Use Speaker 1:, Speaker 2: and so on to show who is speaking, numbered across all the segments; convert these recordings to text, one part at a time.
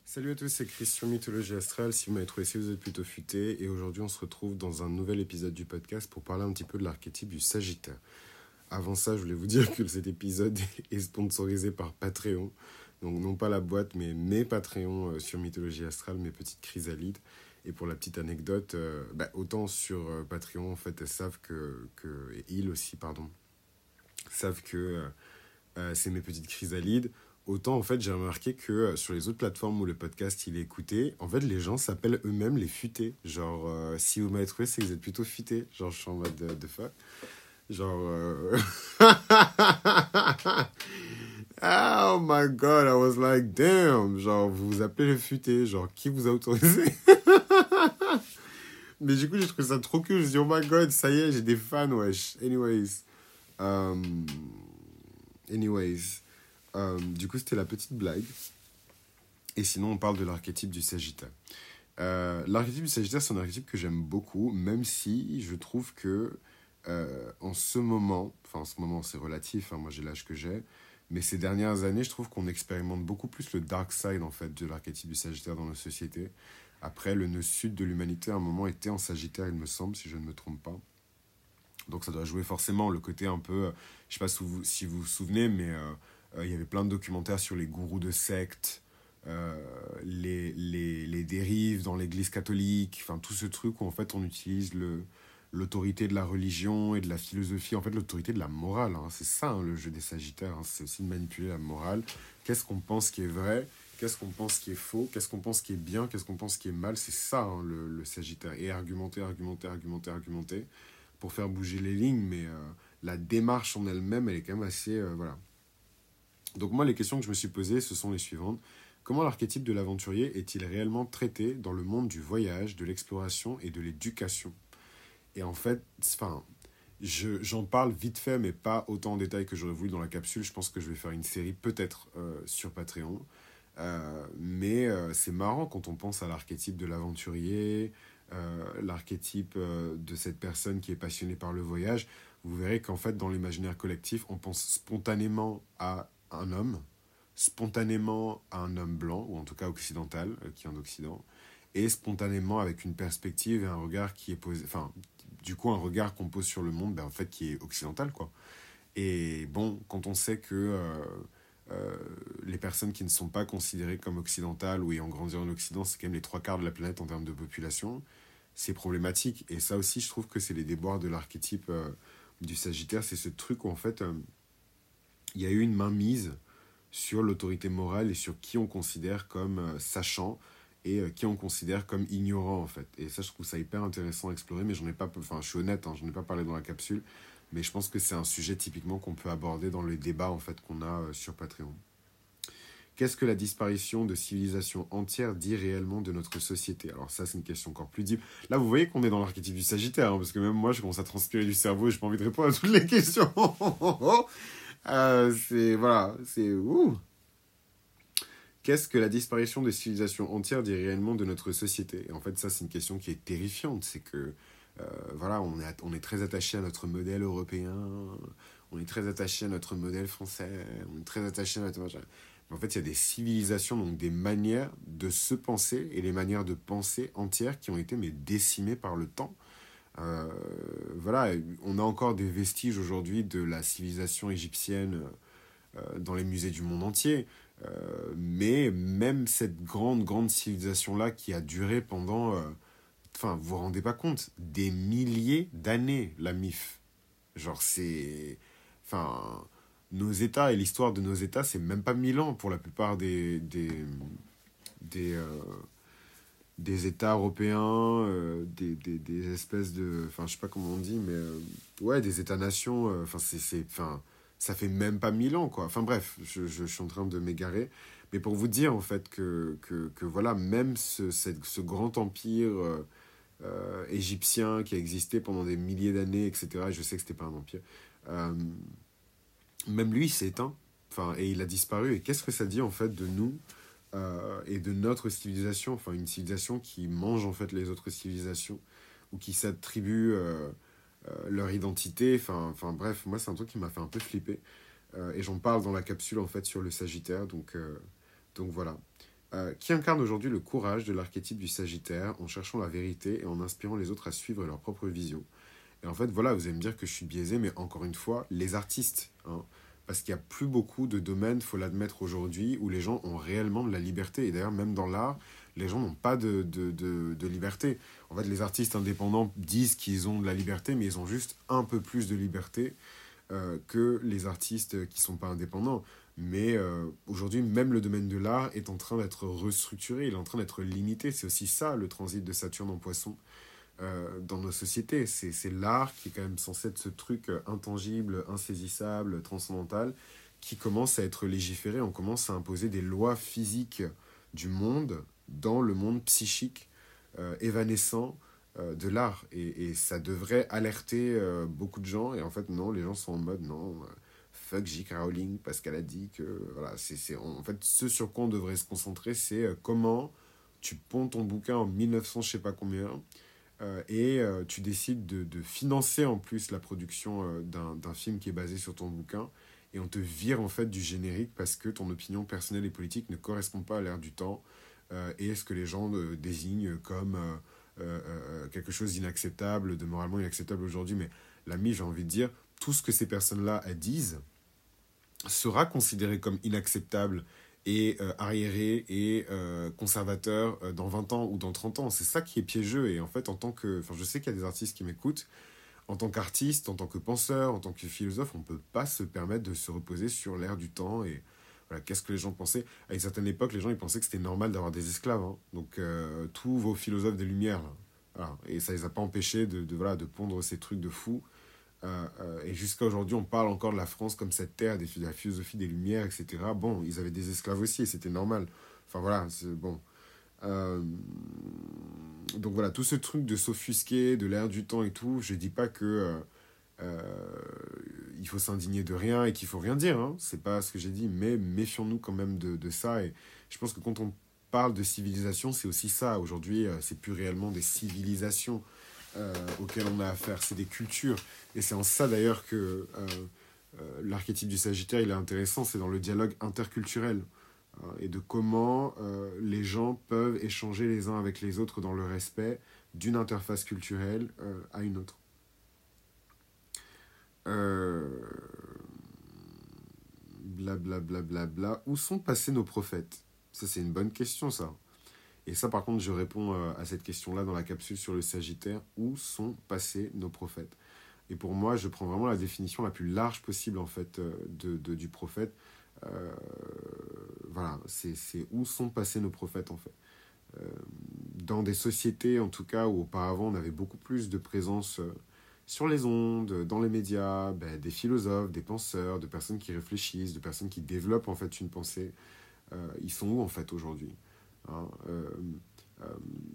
Speaker 1: Salut à tous, c'est Christian Mythologie Astrale. Si vous m'avez trouvé, si vous êtes plutôt futé. Et aujourd'hui, on se retrouve dans un nouvel épisode du podcast pour parler un petit peu de l'archétype du Sagittaire. Avant ça, je voulais vous dire que cet épisode est sponsorisé par Patreon. Donc, non pas la boîte, mais mes Patreons sur Mythologie Astrale, mes petites chrysalides. Et pour la petite anecdote, autant sur Patreon, en fait, elles savent et ils aussi, pardon, savent que c'est mes petites chrysalides. Autant, en fait, j'ai remarqué que sur les autres plateformes où le podcast il est écouté, en fait, les gens s'appellent eux-mêmes les futés. Genre, si vous m'avez trouvé, c'est que vous êtes plutôt futés. Genre, je suis en mode de fuck. Genre, oh my god, I was like, damn. Genre, vous vous appelez les futés. Genre, qui vous a autorisé? Mais du coup, j'ai trouvé ça trop cool. Je me dis, oh my god, ça y est, j'ai des fans, wesh. Um, anyways. Du coup, c'était la petite blague. Et sinon, on parle de l'archétype du Sagittaire. L'archétype du Sagittaire, c'est un archétype que j'aime beaucoup, même si je trouve que en ce moment, c'est relatif, hein, moi j'ai l'âge que j'ai, mais ces dernières années, je trouve qu'on expérimente beaucoup plus le dark side en fait, de l'archétype du Sagittaire dans nos sociétés. Après, le nœud sud de l'humanité, à un moment, était en Sagittaire, il me semble, si je ne me trompe pas. Donc ça doit jouer forcément le côté un peu, je sais pas si vous vous souvenez, mais il y avait plein de documentaires sur les gourous de sectes, les dérives dans l'église catholique, enfin tout ce truc où en fait on utilise l'autorité de la religion et de la philosophie, en fait l'autorité de la morale, hein. C'est ça hein, le jeu des Sagittaires, hein. C'est aussi de manipuler la morale. Qu'est-ce qu'on pense qui est vrai? Qu'est-ce qu'on pense qui est faux? Qu'est-ce qu'on pense qui est bien? Qu'est-ce qu'on pense qui est mal? C'est ça hein, le Sagittaire. Et argumenter pour faire bouger les lignes, mais la démarche en elle-même, elle est quand même assez... voilà. Donc moi, les questions que je me suis posées, ce sont les suivantes. Comment l'archétype de l'aventurier est-il réellement traité dans le monde du voyage, de l'exploration et de l'éducation? Et en fait, j'en parle vite fait, mais pas autant en détail que j'aurais voulu dans la capsule. Je pense que je vais faire une série peut-être sur Patreon. Mais c'est marrant quand on pense à l'archétype de l'aventurier, l'archétype de cette personne qui est passionnée par le voyage. Vous verrez qu'en fait, dans l'imaginaire collectif, on pense spontanément à un homme, spontanément à un homme blanc, ou en tout cas occidental, qui est en Occident, et spontanément avec une perspective et un regard qui est posé, enfin, du coup, un regard qu'on pose sur le monde, en fait, qui est occidental, quoi. Et bon, quand on sait que les personnes qui ne sont pas considérées comme occidentales ou ayant grandi en Occident, c'est quand même les trois quarts de la planète en termes de population, c'est problématique. Et ça aussi, je trouve que c'est les déboires de l'archétype du Sagittaire. C'est ce truc où, en fait, il y a eu une mainmise sur l'autorité morale et sur qui on considère comme sachant et qui on considère comme ignorant, en fait. Et ça, je trouve ça hyper intéressant à explorer, mais j'en ai pas... Enfin, je suis honnête, hein, j'en ai pas parlé dans la capsule, mais je pense que c'est un sujet typiquement qu'on peut aborder dans le débat, en fait, qu'on a sur Patreon. Qu'est-ce que la disparition de civilisations entières dit réellement de notre société? Alors ça, c'est une question encore plus deep. Là, vous voyez qu'on est dans l'archétype du Sagittaire, hein, parce que même moi, je commence à transpirer du cerveau et j'ai pas envie de répondre à toutes les questions. C'est... Ouh. Qu'est-ce que la disparition de civilisations entières dit réellement de notre société? Et en fait, ça, c'est une question qui est terrifiante. C'est que, on est très attaché à notre modèle européen, on est très attaché à notre modèle français, on est très attaché à notre... En fait, il y a des civilisations, donc des manières de se penser et les manières de penser entières qui ont été décimées par le temps. On a encore des vestiges aujourd'hui de la civilisation égyptienne dans les musées du monde entier. Mais même cette grande civilisation-là qui a duré pendant, vous vous rendez pas compte, des milliers d'années, la MIF. Genre, c'est... Enfin, nos États et l'histoire de nos États, c'est même pas 1000 ans pour la plupart des, euh, des États européens, des espèces de... Enfin, je sais pas comment on dit, mais... ouais, des États-nations, ça fait même pas 1000 ans, quoi. Enfin bref, je suis en train de m'égarer. Mais pour vous dire, en fait, que voilà, même ce grand empire égyptien qui a existé pendant des milliers d'années, etc., je sais que c'était pas un empire, euh, même lui, il s'est éteint. Enfin, et il a disparu. Et qu'est-ce que ça dit, en fait, de nous et de notre civilisation? Enfin, une civilisation qui mange, en fait, les autres civilisations ou qui s'attribue leur identité. Bref, moi, c'est un truc qui m'a fait un peu flipper. Et j'en parle dans la capsule, en fait, sur le Sagittaire. Donc voilà. Qui incarne aujourd'hui le courage de l'archétype du Sagittaire en cherchant la vérité et en inspirant les autres à suivre leur propre vision. Et en fait, voilà, vous allez me dire que je suis biaisé, mais encore une fois, les artistes, hein, parce qu'il n'y a plus beaucoup de domaines, faut l'admettre aujourd'hui, où les gens ont réellement de la liberté. Et d'ailleurs, même dans l'art, les gens n'ont pas de liberté. En fait, les artistes indépendants disent qu'ils ont de la liberté, mais ils ont juste un peu plus de liberté que les artistes qui ne sont pas indépendants. Mais aujourd'hui, même le domaine de l'art est en train d'être restructuré, il est en train d'être limité. C'est aussi ça, le transit de Saturne en Poisson dans nos sociétés. C'est l'art qui est quand même censé être ce truc intangible, insaisissable, transcendantal, qui commence à être légiféré. On commence à imposer des lois physiques du monde dans le monde psychique évanescent de l'art. Et ça devrait alerter beaucoup de gens. Et en fait, non, les gens sont en mode non. Fuck J.K. Rowling parce qu'elle a dit que voilà, en fait ce sur quoi on devrait se concentrer, c'est comment tu ponds ton bouquin en 1900 je sais pas combien et tu décides de financer en plus la production d'un film qui est basé sur ton bouquin et on te vire en fait du générique parce que ton opinion personnelle et politique ne correspond pas à l'ère du temps et ce que les gens désignent comme quelque chose d'inacceptable, de moralement inacceptable aujourd'hui. Mais l'ami, j'ai envie de dire, tout ce que ces personnes-là disent sera considéré comme inacceptable et arriéré et conservateur dans 20 ans ou dans 30 ans. C'est ça qui est piégeux. Et en fait, en tant que... Enfin, je sais qu'il y a des artistes qui m'écoutent. En tant qu'artiste, en tant que penseur, en tant que philosophe, on ne peut pas se permettre de se reposer sur l'ère du temps. Et voilà, qu'est-ce que les gens pensaient? À une certaine époque, les gens ils pensaient que c'était normal d'avoir des esclaves. Hein. Donc, tous vos philosophes des Lumières. Là. Voilà. Et ça ne les a pas empêchés voilà, de pondre ces trucs de fous. Et jusqu'à aujourd'hui, on parle encore de la France comme cette terre de la philosophie des Lumières, etc. Bon, ils avaient des esclaves aussi, et c'était normal. Enfin voilà, c'est bon. Euh, donc voilà, tout ce truc de s'offusquer, de l'ère du temps et tout, je dis pas que il faut s'indigner de rien et qu'il faut rien dire, hein. C'est pas ce que j'ai dit, mais méfions-nous quand même de ça. Et je pense que quand on parle de civilisation, c'est aussi ça. Aujourd'hui, c'est plus réellement des civilisations auxquelles on a affaire, c'est des cultures. Et c'est en ça d'ailleurs que l'archétype du Sagittaire, il est intéressant, c'est dans le dialogue interculturel et de comment les gens peuvent échanger les uns avec les autres dans le respect d'une interface culturelle à une autre. Euh, bla bla bla bla bla. Où sont passés nos prophètes? Ça, c'est une bonne question, ça. Et ça, par contre, je réponds à cette question-là dans la capsule sur le Sagittaire. Où sont passés nos prophètes? Et pour moi, je prends vraiment la définition la plus large possible, en fait, du prophète. Euh, voilà, c'est où sont passés nos prophètes, en fait. Euh, dans des sociétés, en tout cas, où auparavant, on avait beaucoup plus de présence sur les ondes, dans les médias, ben, des philosophes, des penseurs, de personnes qui réfléchissent, de personnes qui développent, en fait, une pensée. Ils sont où, en fait, aujourd'hui? Hein, euh,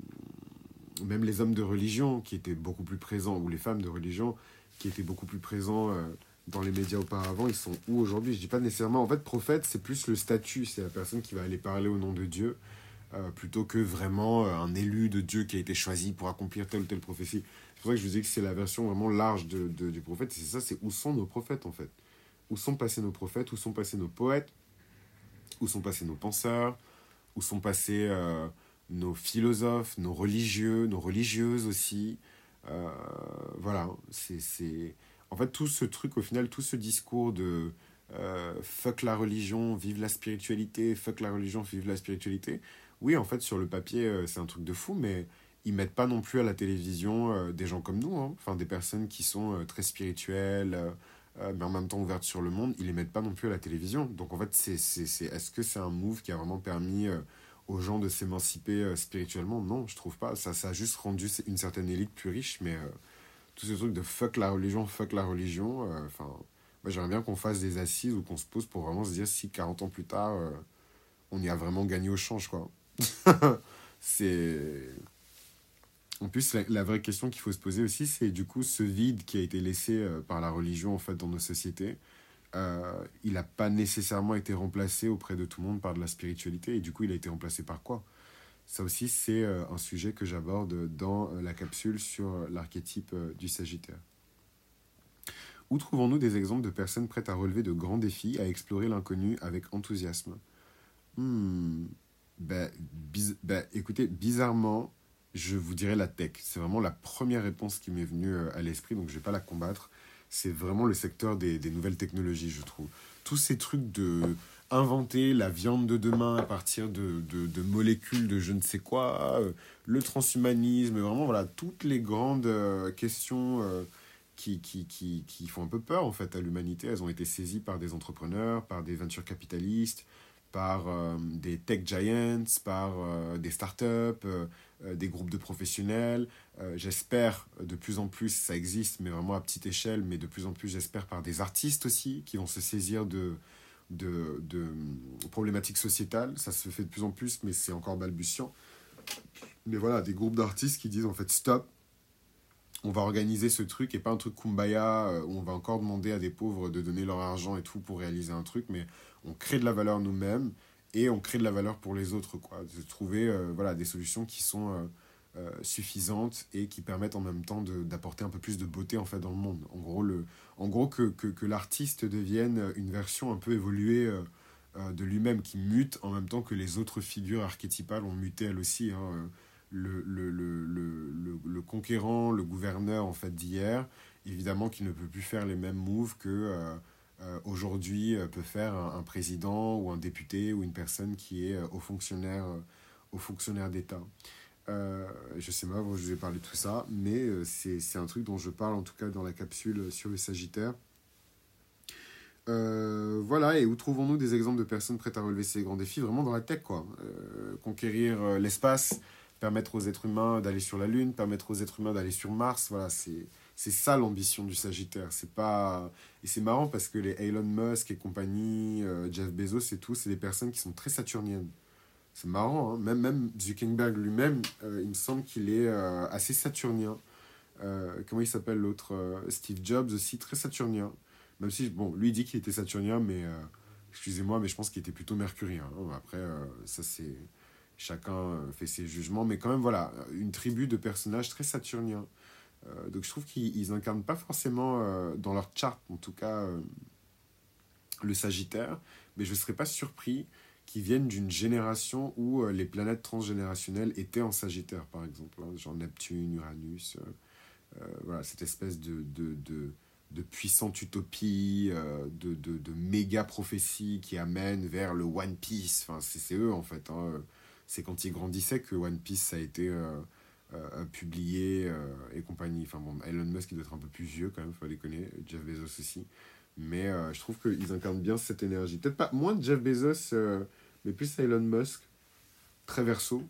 Speaker 1: même les hommes de religion qui étaient beaucoup plus présents, ou les femmes de religion qui étaient beaucoup plus présents dans les médias auparavant, ils sont où aujourd'hui? Je dis pas nécessairement. En fait, prophète, c'est plus le statut, c'est la personne qui va aller parler au nom de Dieu, plutôt que vraiment un élu de Dieu qui a été choisi pour accomplir telle ou telle prophétie. C'est pour ça que je vous dis que c'est la version vraiment large du prophète. C'est ça, c'est où sont nos prophètes en fait? Où sont passés nos prophètes? Où sont passés nos poètes? Où sont passés nos penseurs? Où sont passés nos philosophes, nos religieux, nos religieuses aussi. Euh, voilà, c'est... En fait, tout ce truc, au final, tout ce discours de fuck la religion, vive la spiritualité, fuck la religion, vive la spiritualité. Oui, en fait, sur le papier, c'est un truc de fou, mais ils mettent pas non plus à la télévision des gens comme nous, hein. Enfin, des personnes qui sont très spirituelles, mais en même temps ouvertes sur le monde, ils les mettent pas non plus à la télévision. Donc, en fait, est-ce que c'est un move qui a vraiment permis aux gens de s'émanciper spirituellement? Non, je trouve pas. Ça a juste rendu une certaine élite plus riche, mais tout ce truc de fuck la religion, enfin, moi j'aimerais bien qu'on fasse des assises ou qu'on se pose pour vraiment se dire si 40 ans plus tard, on y a vraiment gagné au change, quoi. c'est... En plus, la vraie question qu'il faut se poser aussi, c'est du coup ce vide qui a été laissé par la religion en fait dans nos sociétés. Il n'a pas nécessairement été remplacé auprès de tout le monde par de la spiritualité et du coup il a été remplacé par quoi? Ça aussi, c'est un sujet que j'aborde dans la capsule sur l'archétype du Sagittaire. Où trouvons-nous des exemples de personnes prêtes à relever de grands défis, à explorer l'inconnu avec enthousiasme? Hmm. Écoutez, bizarrement, je vous dirais la tech. C'est vraiment la première réponse qui m'est venue à l'esprit, donc je vais pas la combattre. C'est vraiment le secteur des nouvelles technologies, je trouve. Tous ces trucs de inventer la viande de demain à partir de molécules de je ne sais quoi, le transhumanisme, vraiment, voilà, toutes les grandes questions qui font un peu peur, en fait, à l'humanité. Elles ont été saisies par des entrepreneurs, par des ventures capitalistes, par des tech giants, par des startups, des groupes de professionnels. J'espère de plus en plus, ça existe, mais vraiment à petite échelle, mais de plus en plus, j'espère, par des artistes aussi, qui vont se saisir de problématiques sociétales. Ça se fait de plus en plus, mais c'est encore balbutiant. Mais voilà, des groupes d'artistes qui disent en fait stop, on va organiser ce truc et pas un truc kumbaya où on va encore demander à des pauvres de donner leur argent et tout pour réaliser un truc, mais on crée de la valeur nous-mêmes et on crée de la valeur pour les autres, quoi. De trouver voilà, des solutions qui sont suffisantes et qui permettent en même temps d'apporter un peu plus de beauté en fait dans le monde. En gros que l'artiste devienne une version un peu évoluée de lui-même, qui mute en même temps que les autres figures archétypales ont muté elles aussi, hein. Le conquérant, le gouverneur en fait d'hier, évidemment qu'il ne peut plus faire les mêmes moves que aujourd'hui peut faire un président ou un député ou une personne qui est au fonctionnaire d'État. Je sais pas, bon, je vous ai parlé de tout ça, mais c'est un truc dont je parle en tout cas dans la capsule sur le Sagittaire. Voilà, et où trouvons-nous des exemples de personnes prêtes à relever ces grands défis? Vraiment dans la tech, quoi. Conquérir l'espace, permettre aux êtres humains d'aller sur la Lune, permettre aux êtres humains d'aller sur Mars, voilà, c'est ça l'ambition du Sagittaire. C'est pas... Et c'est marrant parce que les Elon Musk et compagnie, Jeff Bezos et tout, c'est des personnes qui sont très saturniennes. C'est marrant, hein. Même Zuckerberg lui-même, il me semble qu'il est assez saturnien. Comment il s'appelle l'autre Steve Jobs aussi, très saturnien. Même si, bon, lui il dit qu'il était saturnien, mais excusez-moi, mais je pense qu'il était plutôt mercurien, hein. Après, ça c'est. Chacun fait ses jugements, mais quand même, voilà, une tribu de personnages très saturniens. Donc je trouve qu'ils incarnent pas forcément dans leur chart, en tout cas, le Sagittaire, mais je ne serais pas surpris qu'ils viennent d'une génération où les planètes transgénérationnelles étaient en Sagittaire, par exemple, hein, genre Neptune, Uranus, voilà, cette espèce de puissante utopie, de méga prophétie qui amène vers le One Piece. Enfin, c'est eux, en fait, hein. C'est quand ils grandissaient que One Piece a été publié et compagnie. Enfin bon, Elon Musk, il doit être un peu plus vieux quand même, faut pas déconner. Jeff Bezos aussi. Mais je trouve qu'ils incarnent bien cette énergie. Peut-être pas moins de Jeff Bezos, mais plus Elon Musk, très verso.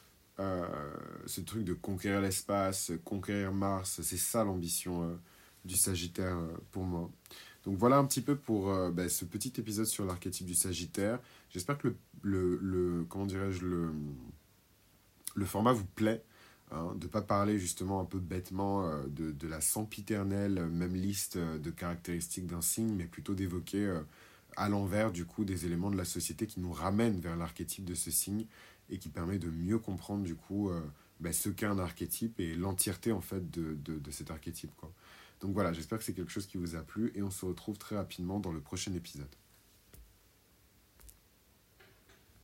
Speaker 1: Ce truc de conquérir l'espace, conquérir Mars, c'est ça l'ambition du Sagittaire pour moi. Donc voilà un petit peu pour ce petit épisode sur l'archétype du Sagittaire. J'espère que comment dirais-je, le format vous plaît, hein, de ne pas parler justement un peu bêtement de la sempiternelle même liste de caractéristiques d'un signe, mais plutôt d'évoquer à l'envers du coup des éléments de la société qui nous ramènent vers l'archétype de ce signe et qui permet de mieux comprendre du coup ce qu'est un archétype et l'entièreté en fait de cet archétype, quoi. Donc voilà, j'espère que c'est quelque chose qui vous a plu et on se retrouve très rapidement dans le prochain épisode.